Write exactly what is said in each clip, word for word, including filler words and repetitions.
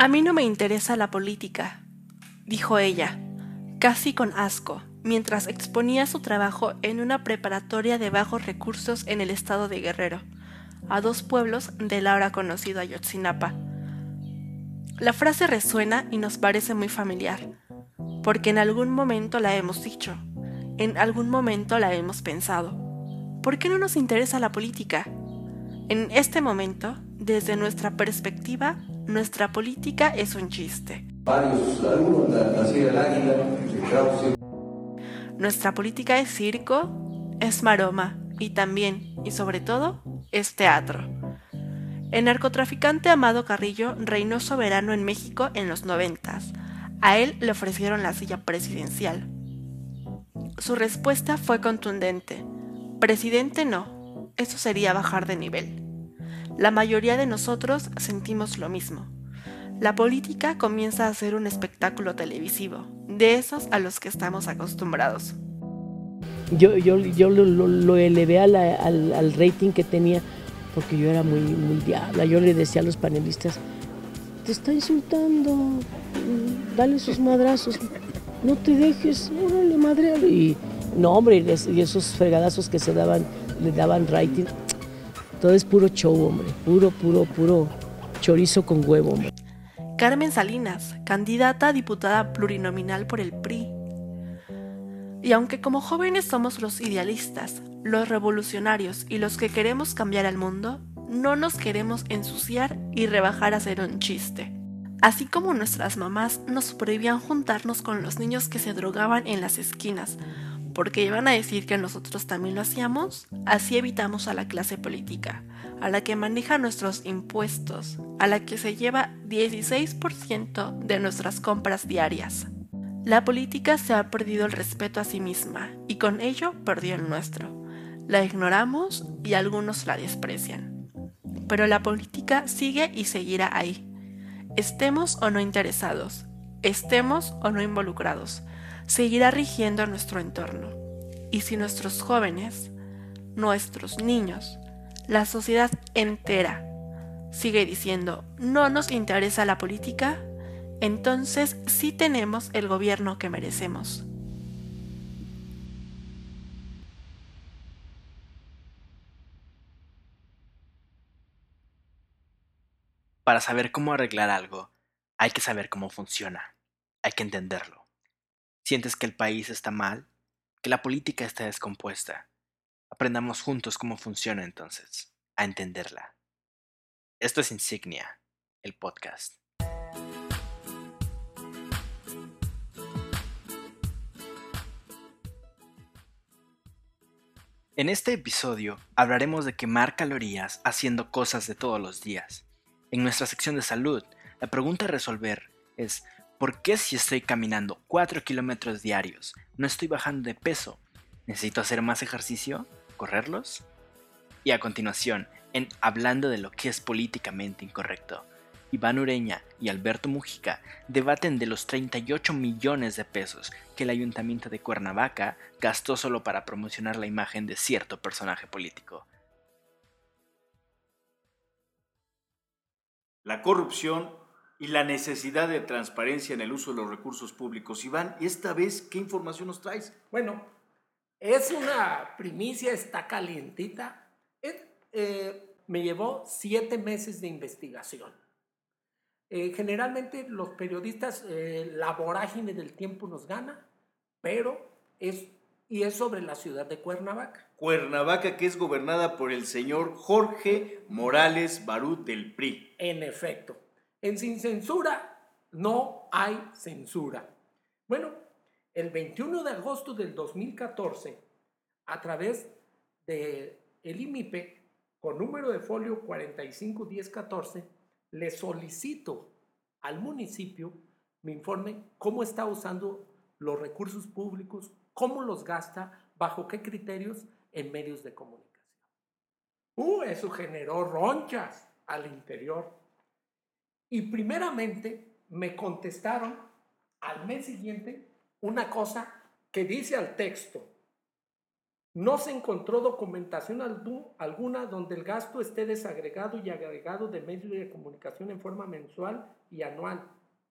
A mí no me interesa la política, dijo ella, casi con asco, mientras exponía su trabajo en una preparatoria de bajos recursos en el estado de Guerrero, a dos pueblos del ahora conocido Ayotzinapa. La frase resuena y nos parece muy familiar, porque en algún momento la hemos dicho, en algún momento la hemos pensado. ¿Por qué no nos interesa la política? En este momento, desde nuestra perspectiva, nuestra política es un chiste. Varios alumnos nacieron el águila, Nuestra política es circo, es maroma y también, y sobre todo, es teatro. El narcotraficante Amado Carrillo reinó soberano en México en los noventas. A él le ofrecieron la silla presidencial. Su respuesta fue contundente. Presidente no, eso sería bajar de nivel. La mayoría de nosotros sentimos lo mismo. La política comienza a ser un espectáculo televisivo, de esos a los que estamos acostumbrados. Yo, yo, yo lo, lo, lo elevé a la, al, al rating que tenía, porque yo era muy, muy diabla. Yo le decía a los panelistas, te está insultando, dale sus madrazos, no te dejes, órale, madreale. Y no, hombre, y esos fregadazos que se daban, le daban rating. Todo es puro show, hombre, puro, puro, puro chorizo con huevo, hombre. Carmen Salinas, candidata a diputada plurinominal por el P R I. Y aunque como jóvenes somos los idealistas, los revolucionarios y los que queremos cambiar al mundo, no nos queremos ensuciar y rebajar a ser un chiste. Así como nuestras mamás nos prohibían juntarnos con los niños que se drogaban en las esquinas, porque iban a decir que nosotros también lo hacíamos, así evitamos a la clase política, a la que maneja nuestros impuestos, a la que se lleva dieciséis por ciento de nuestras compras diarias. La política se ha perdido el respeto a sí misma y con ello perdió el nuestro. La ignoramos y algunos la desprecian. Pero la política sigue y seguirá ahí. Estemos o no interesados, estemos o no involucrados, seguirá rigiendo nuestro entorno. Y si nuestros jóvenes, nuestros niños, la sociedad entera sigue diciendo no nos interesa la política, entonces sí tenemos el gobierno que merecemos. Para saber cómo arreglar algo, hay que saber cómo funciona, hay que entenderlo. ¿Sientes que el país está mal? ¿Que la política está descompuesta? Aprendamos juntos cómo funciona entonces, a entenderla. Esto es Insignia, el podcast. En este episodio hablaremos de quemar calorías haciendo cosas de todos los días. En nuestra sección de salud, la pregunta a resolver es ¿por qué si estoy caminando cuatro kilómetros diarios no estoy bajando de peso? ¿Necesito hacer más ejercicio? ¿Correrlos? Y a continuación, en Hablando de lo que es políticamente incorrecto, Iván Ureña y Alberto Mujica debaten de los treinta y ocho millones de pesos que el Ayuntamiento de Cuernavaca gastó solo para promocionar la imagen de cierto personaje político. La corrupción y la necesidad de transparencia en el uso de los recursos públicos. Iván, esta vez, ¿qué información nos traes? Bueno, es una primicia, está calientita. Es, eh, me llevó siete meses de investigación. Eh, generalmente los periodistas, eh, la vorágine del tiempo nos gana, pero es, y es sobre la ciudad de Cuernavaca. Cuernavaca, que es gobernada por el señor Jorge Morales Barú del P R I. En efecto, en Sin Censura no hay censura. Bueno, el veintiuno de agosto del dos mil catorce, a través de el I M I P E, con número de folio cuarenta y cinco diez catorce, le solicito al municipio me informe cómo está usando los recursos públicos, cómo los gasta, bajo qué criterios en medios de comunicación. Uh, eso generó ronchas al interior. Y primeramente me contestaron al mes siguiente una cosa que dice al texto: No se encontró documentación alguna donde el gasto esté desagregado y agregado de medios de comunicación en forma mensual y anual.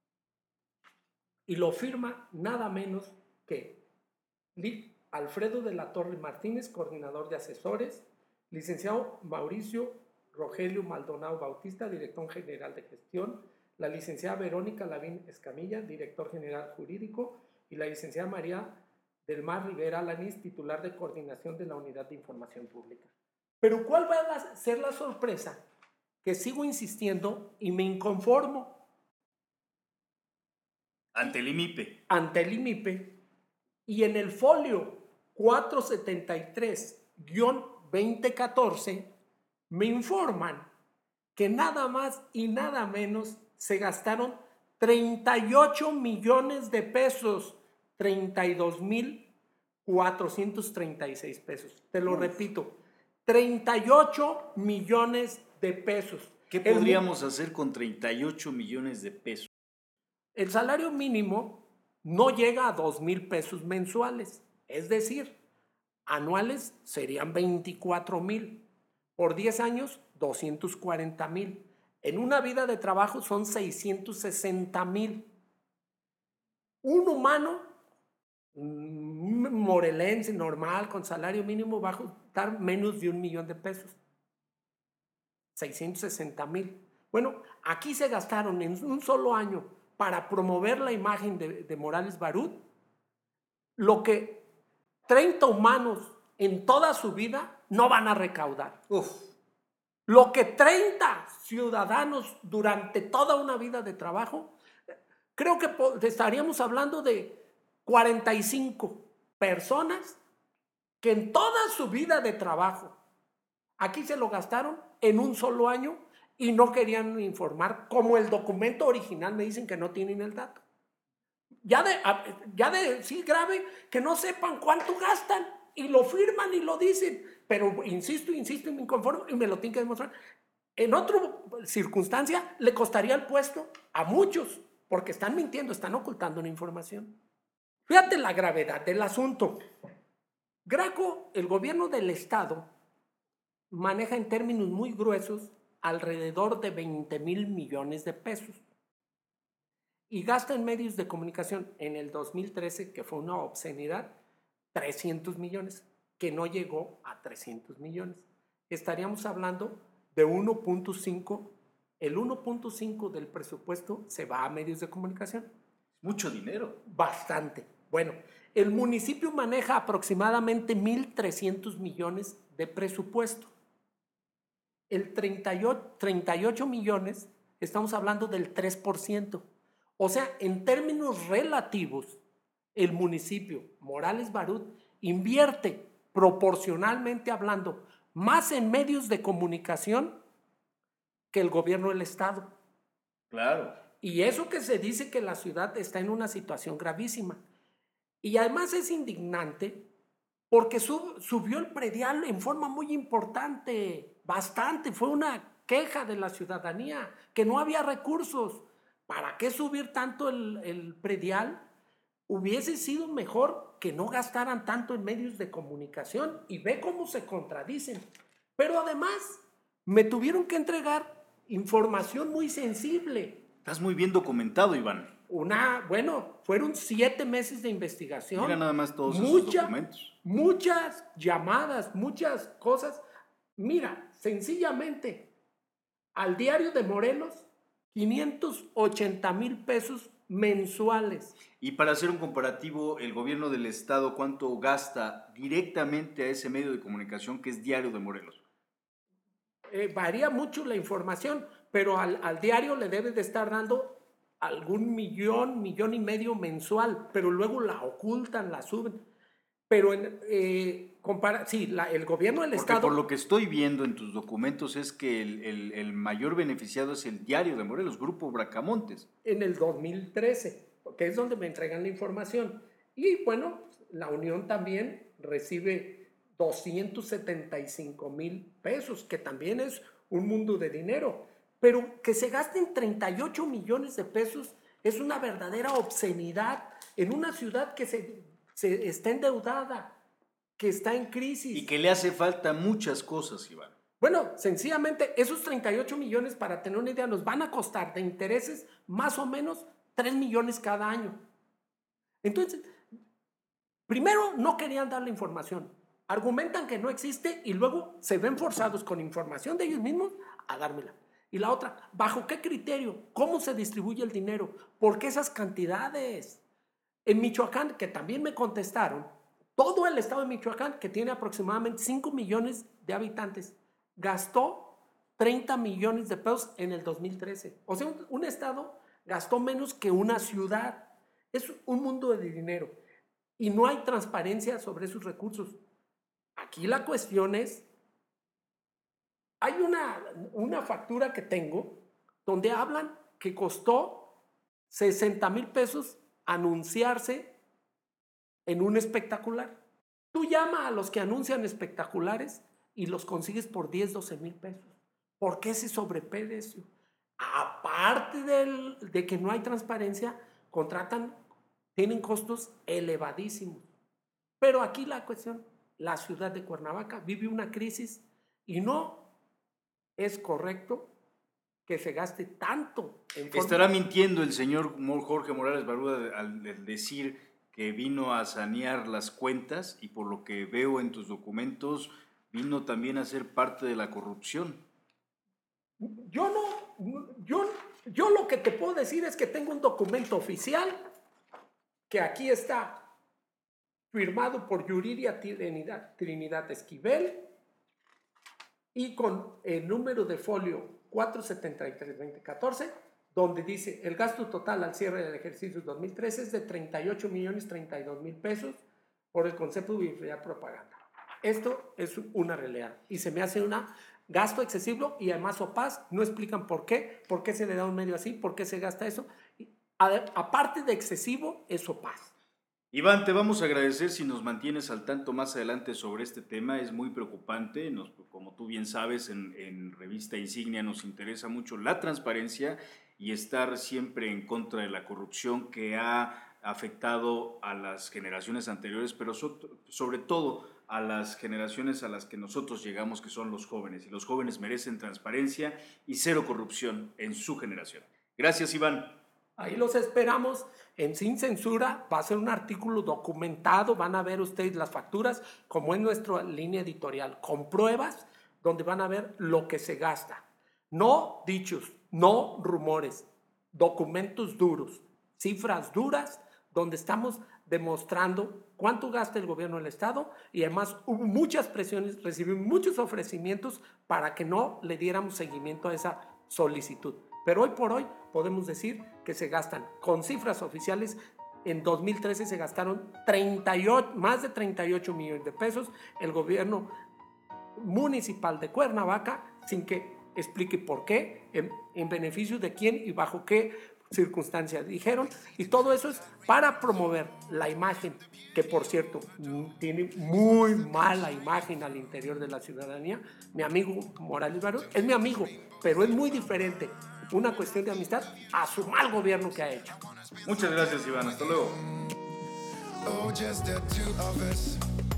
Y lo firma nada menos que Alfredo de la Torre Martínez, coordinador de asesores, licenciado Mauricio Rogelio Maldonado Bautista, director general de gestión, la licenciada Verónica Lavín Escamilla, director general jurídico, y la licenciada María del Mar Rivera Alanis, titular de coordinación de la Unidad de Información Pública. Pero ¿cuál va a ser la sorpresa? Que sigo insistiendo y me inconformo. Ante el I M I P E. Ante el I M I P E. Y en el folio cuatrocientos setenta y tres guión veinte catorce me informan que nada más y nada menos se gastaron treinta y ocho millones de pesos, treinta y dos mil cuatrocientos treinta y seis pesos. Te lo Uf. repito, treinta y ocho millones de pesos. ¿Qué podríamos el, hacer con treinta y ocho millones de pesos? El salario mínimo no llega a dos mil pesos mensuales, es decir, anuales serían veinticuatro mil, por diez años doscientos cuarenta mil, en una vida de trabajo son seiscientos sesenta mil. Un humano morelense normal con salario mínimo va a costar menos de un millón de pesos, seiscientos sesenta mil. Bueno, aquí se gastaron en un solo año para promover la imagen de, de Morales Barut lo que treinta humanos en toda su vida no van a recaudar. Uf. Lo que treinta ciudadanos durante toda una vida de trabajo, creo que estaríamos hablando de cuarenta y cinco personas que en toda su vida de trabajo, aquí se lo gastaron en un solo año y no querían informar, como el documento original me dicen que no tienen el dato. Ya de, ya de sí grave que no sepan cuánto gastan y lo firman y lo dicen, pero insisto, insisto y me inconformo y me lo tienen que demostrar. En otra circunstancia le costaría el puesto a muchos porque están mintiendo, están ocultando una información. Fíjate la gravedad del asunto. Graco, el gobierno del estado, maneja en términos muy gruesos alrededor de veinte mil millones de pesos y gasta en medios de comunicación en el dos mil trece, que fue una obscenidad, trescientos millones, que no llegó a trescientos millones. Estaríamos hablando de uno punto cinco, el uno punto cinco del presupuesto se va a medios de comunicación. Mucho dinero. Bastante. Bueno, el municipio maneja aproximadamente mil trescientos millones de presupuesto. El treinta y ocho millones, estamos hablando del tres por ciento. O sea, en términos relativos, el municipio Morales Barut invierte proporcionalmente hablando más en medios de comunicación que el gobierno del estado. Claro. Y eso que se dice que la ciudad está en una situación gravísima. Y además es indignante porque sub, subió el predial en forma muy importante, bastante. Fue una queja de la ciudadanía, que no había recursos. ¿Para qué subir tanto el, el predial? Hubiese sido mejor que no gastaran tanto en medios de comunicación y ve cómo se contradicen. Pero además me tuvieron que entregar información muy sensible. Estás muy bien documentado, Iván. Una, bueno, fueron siete meses de investigación. Mira nada más todos mucha, esos documentos. Muchas llamadas, muchas cosas. Mira, sencillamente, al diario de Morelos, quinientos ochenta mil pesos mensuales. Y para hacer un comparativo, el gobierno del estado, ¿cuánto gasta directamente a ese medio de comunicación que es Diario de Morelos? Eh, varía mucho la información, pero al, al diario le debe de estar dando algún millón, millón y medio mensual, pero luego la ocultan, la suben. Pero en, eh, compara, sí, la, el gobierno del Porque estado... por lo que estoy viendo en tus documentos es que el, el, el mayor beneficiado es el Diario de Morelos, Grupo Bracamontes. En el dos mil trece, que es donde me entregan la información. Y bueno, la Unión también recibe doscientos setenta y cinco mil pesos, que también es un mundo de dinero. Pero que se gasten treinta y ocho millones de pesos es una verdadera obscenidad en una ciudad que se, se está endeudada, que está en crisis. Y que le hace falta muchas cosas, Iván. Bueno, sencillamente esos treinta y ocho millones, para tener una idea, nos van a costar de intereses más o menos tres millones cada año. Entonces, primero no querían dar la información, argumentan que no existe y luego se ven forzados con información de ellos mismos a dármela. Y la otra, ¿bajo qué criterio? ¿Cómo se distribuye el dinero? ¿Por qué esas cantidades? En Michoacán, que también me contestaron, todo el estado de Michoacán, que tiene aproximadamente cinco millones de habitantes, gastó treinta millones de pesos en el dos mil trece. O sea, un, un estado gastó menos que una ciudad. Es un mundo de dinero y no hay transparencia sobre esos recursos. Aquí la cuestión es, hay una, una factura que tengo donde hablan que costó sesenta mil pesos anunciarse en un espectacular. Tú llama a los que anuncian espectaculares y los consigues por diez, doce mil pesos. ¿Por qué ese sobreprecio? Aparte del, de que no hay transparencia, contratan, tienen costos elevadísimos. Pero aquí la cuestión, la ciudad de Cuernavaca vive una crisis y no es correcto que se gaste tanto en forma... ¿Estará mintiendo el señor Jorge Morales Barbuda al decir que vino a sanear las cuentas y por lo que veo en tus documentos vino también a ser parte de la corrupción? Yo no, yo, yo lo que te puedo decir es que tengo un documento oficial que aquí está firmado por Yuridia Trinidad, Trinidad Esquivel y con el número de folio cuatro setenta y tres veinte catorce, donde dice el gasto total al cierre del ejercicio dos mil trece es de treinta y ocho millones treinta y dos mil pesos por el concepto de publicidad propaganda. Esto es una realidad y se me hace un gasto excesivo y además opaz. No explican por qué, por qué se le da un medio así, por qué se gasta eso. Aparte de excesivo, es opaz. Iván, te vamos a agradecer si nos mantienes al tanto más adelante sobre este tema. Es muy preocupante. Nos, como tú bien sabes, en, en Revista Insignia nos interesa mucho la transparencia y estar siempre en contra de la corrupción que ha afectado a las generaciones anteriores, pero so, sobre todo a las generaciones a las que nosotros llegamos, que son los jóvenes. Y los jóvenes merecen transparencia y cero corrupción en su generación. Gracias, Iván. Ahí los esperamos en Sin Censura. Va a ser un artículo documentado. Van a ver ustedes las facturas, como es nuestra línea editorial, con pruebas donde van a ver lo que se gasta. No dichos, no rumores, documentos duros, cifras duras, donde estamos demostrando cuánto gasta el gobierno del Estado y además hubo muchas presiones, recibimos muchos ofrecimientos para que no le diéramos seguimiento a esa solicitud. Pero hoy por hoy podemos decir que se gastan con cifras oficiales. En dos mil trece se gastaron treinta y ocho, más de treinta y ocho millones de pesos el gobierno municipal de Cuernavaca sin que explique por qué, en, en beneficio de quién y bajo qué circunstancias dijeron. Y todo eso es para promover la imagen, que por cierto tiene muy mala imagen al interior de la ciudadanía. Mi amigo Morales Barbuda es mi amigo, pero es muy diferente una cuestión de amistad a su mal gobierno que ha hecho. Muchas gracias, Iván. Hasta luego. Oh, just the two of us.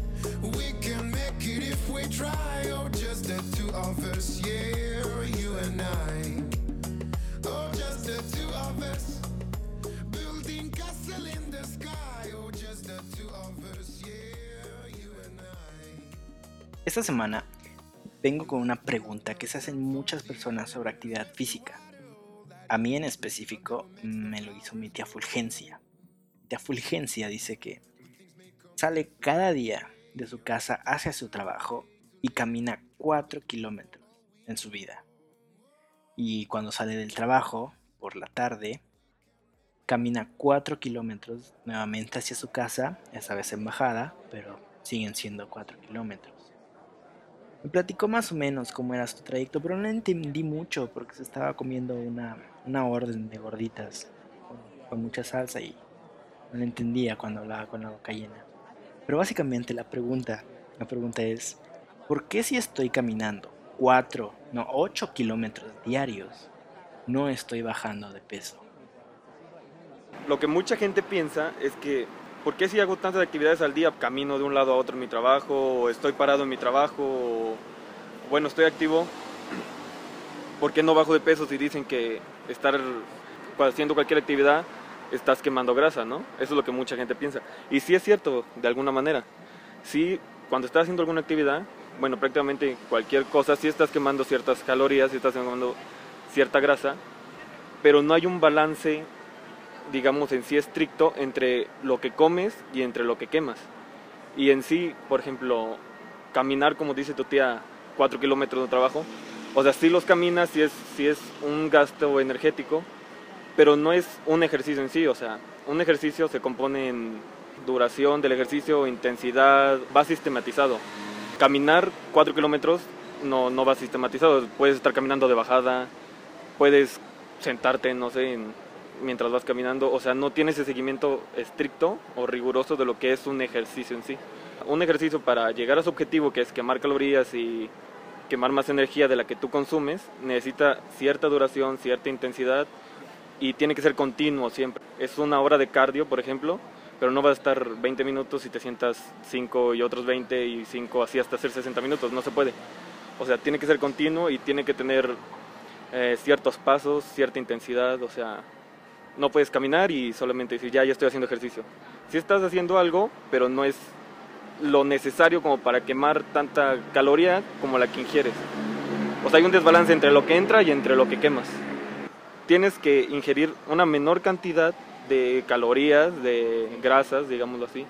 We can make it if we try. Oh, just the two of us. Yeah, you and I. Oh, just the two of us. Building castle in the sky. Oh, just the two of us. Yeah, you and I. Esta semana vengo con una pregunta que se hacen muchas personas sobre actividad física. A mí en específico me lo hizo mi tía Fulgencia. Mi tía Fulgencia dice que sale cada día de su casa hacia su trabajo y camina cuatro kilómetros en su vida. Y cuando sale del trabajo, por la tarde, camina cuatro kilómetros nuevamente hacia su casa, esta vez en bajada, pero siguen siendo cuatro kilómetros. Me platicó más o menos cómo era su trayecto, pero no entendí mucho porque se estaba comiendo una, una orden de gorditas con, con mucha salsa y no lo entendía cuando hablaba con la boca llena. Pero básicamente la pregunta, la pregunta es, ¿por qué si estoy caminando cuatro, no ocho kilómetros diarios, no estoy bajando de peso? Lo que mucha gente piensa es que ¿por qué si hago tantas actividades al día, camino de un lado a otro en mi trabajo, o estoy parado en mi trabajo, o bueno, estoy activo, ¿por qué no bajo de peso si dicen que estar haciendo cualquier actividad estás quemando grasa, ¿no? Eso es lo que mucha gente piensa. Y sí es cierto, de alguna manera. Sí, cuando estás haciendo alguna actividad, bueno, prácticamente cualquier cosa, sí estás quemando ciertas calorías, sí estás quemando cierta grasa, pero no hay un balance, digamos, en sí estricto entre lo que comes y entre lo que quemas. Y en sí, por ejemplo, caminar, como dice tu tía, cuatro kilómetros de trabajo, o sea, sí los caminas, sí es, sí es un gasto energético, pero no es un ejercicio en sí, o sea, un ejercicio se compone en duración del ejercicio, intensidad, va sistematizado. Caminar cuatro kilómetros no, no va sistematizado, puedes estar caminando de bajada, puedes sentarte, no sé, en, mientras vas caminando, o sea, no tienes ese seguimiento estricto o riguroso de lo que es un ejercicio en sí. Un ejercicio para llegar a su objetivo, que es quemar calorías y quemar más energía de la que tú consumes, necesita cierta duración, cierta intensidad y tiene que ser continuo siempre. Es una hora de cardio, por ejemplo, pero no vas a estar veinte minutos y te sientas cinco y otros veinte y cinco, así hasta hacer sesenta minutos, no se puede. O sea, tiene que ser continuo y tiene que tener eh, ciertos pasos, cierta intensidad, o sea, no puedes caminar y solamente decir, ya, ya estoy haciendo ejercicio. Sí estás haciendo algo, pero no es lo necesario como para quemar tanta caloría como la que ingieres. O sea, hay un desbalance entre lo que entra y entre lo que quemas. Tienes que ingerir una menor cantidad de calorías, de grasas, digámoslo así,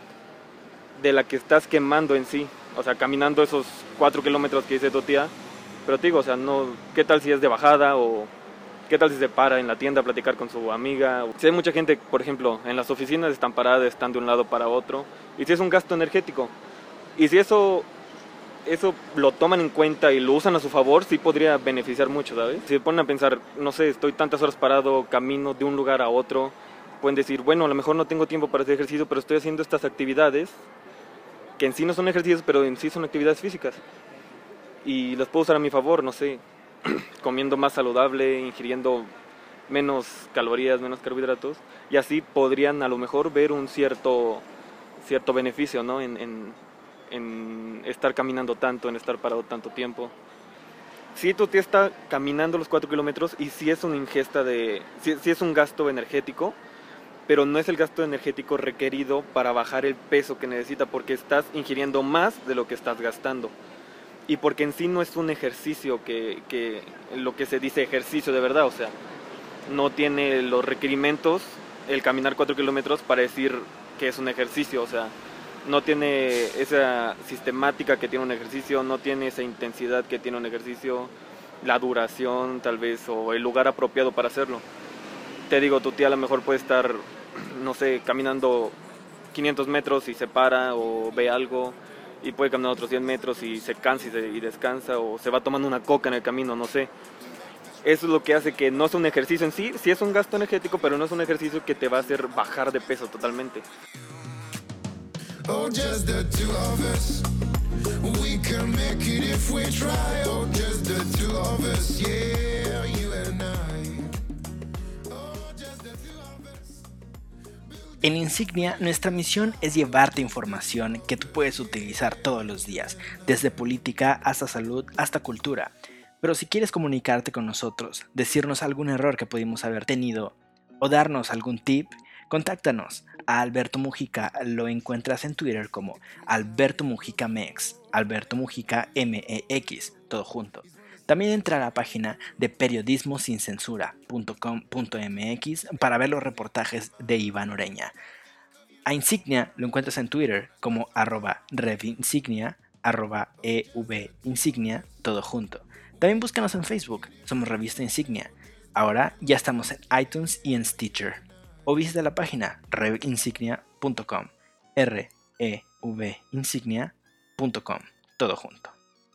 de la que estás quemando en sí. O sea, caminando esos cuatro kilómetros que dice tu tía. Pero te digo, o sea, no, ¿qué tal si es de bajada o qué tal si se para en la tienda a platicar con su amiga? Si hay mucha gente, por ejemplo, en las oficinas están paradas, están de un lado para otro. Y si es un gasto energético. Y si eso... eso lo toman en cuenta y lo usan a su favor, sí podría beneficiar mucho, ¿sabes? Si se ponen a pensar, no sé, estoy tantas horas parado, camino de un lugar a otro, pueden decir, bueno, a lo mejor no tengo tiempo para hacer ejercicio, pero estoy haciendo estas actividades, que en sí no son ejercicios, pero en sí son actividades físicas. Y las puedo usar a mi favor, no sé, comiendo más saludable, ingiriendo menos calorías, menos carbohidratos, y así podrían a lo mejor ver un cierto, cierto beneficio, ¿no? En, en, en estar caminando tanto, en estar parado tanto tiempo. Sí, tu tía está caminando los cuatro kilómetros y sí es una ingesta de... Sí, sí es un gasto energético, pero no es el gasto energético requerido para bajar el peso que necesita, porque estás ingiriendo más de lo que estás gastando. Y porque en sí no es un ejercicio que, que lo que se dice ejercicio de verdad, o sea, no tiene los requerimientos el caminar cuatro kilómetros para decir que es un ejercicio, o sea, no tiene esa sistemática que tiene un ejercicio, no tiene esa intensidad que tiene un ejercicio, la duración tal vez, o el lugar apropiado para hacerlo. Te digo, tu tía a lo mejor puede estar, no sé, caminando quinientos metros y se para o ve algo, y puede caminar otros cien metros y se cansa y, se, y descansa, o se va tomando una coca en el camino, no sé. Eso es lo que hace que no es un ejercicio en sí, sí es un gasto energético, pero no es un ejercicio que te va a hacer bajar de peso totalmente. Oh, just the two of us. We can make it if we try. Oh, just the two of us. Yeah, you and I. Oh, just the two of us. En Insignia, nuestra misión es llevarte información que tú puedes utilizar todos los días, desde política hasta salud hasta cultura. Pero si quieres comunicarte con nosotros, decirnos algún error que pudimos haber tenido o darnos algún tip, contáctanos. A Alberto Mujica lo encuentras en Twitter como Alberto Mujica Mex, Alberto Mujica M E X, todo junto. También entra a la página de periodismo sin censura punto com punto m x para ver los reportajes de Iván Ureña. A Insignia lo encuentras en Twitter como arroba revinsignia, arroba evinsignia, todo junto. También búscanos en Facebook, somos Revista Insignia. Ahora ya estamos en iTunes y en Stitcher. O visita la página revinsignia punto com, R E V insignia punto com, todo junto.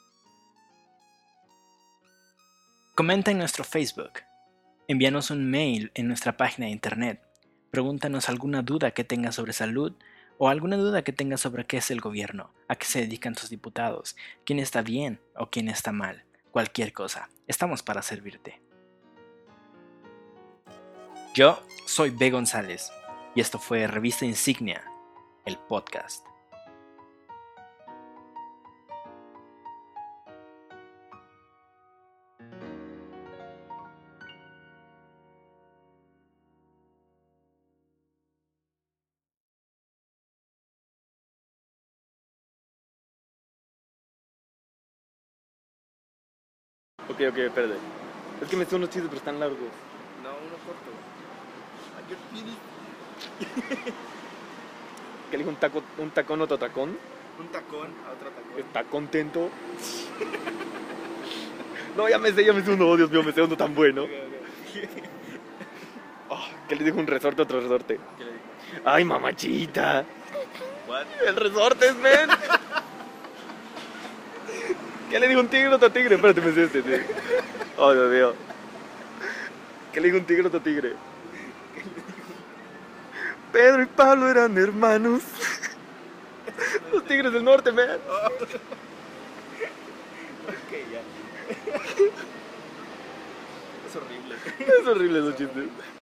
Comenta en nuestro Facebook, envíanos un mail en nuestra página de internet, pregúntanos alguna duda que tengas sobre salud o alguna duda que tengas sobre qué es el gobierno, a qué se dedican sus diputados, quién está bien o quién está mal, cualquier cosa, estamos para servirte. Yo soy B. González y esto fue Revista Insignia. el podcast. Ok, ok, espérate. Es que me son unos chistes, pero están largos. No, uno corto. ¿Qué le dijo un, taco, un tacón a otro tacón? Un tacón a otro tacón. ¿Está contento? No, ya me sé, ya me sé uno. Oh, Dios mío, me sé uno tan bueno. Oh, ¿qué le dijo un resorte a otro resorte? ¿Qué le dijo? ¡Ay, mamachita! What? ¡El resorte es men! ¿Qué le dijo un tigre a otro tigre? Espérate, me sé este, sí. Oh, Dios mío. ¿Qué le dijo un tigre a otro tigre? Pedro y Pablo eran hermanos. Los tigres del norte, man. Ok, ya. Es horrible. Es horrible esos chistes.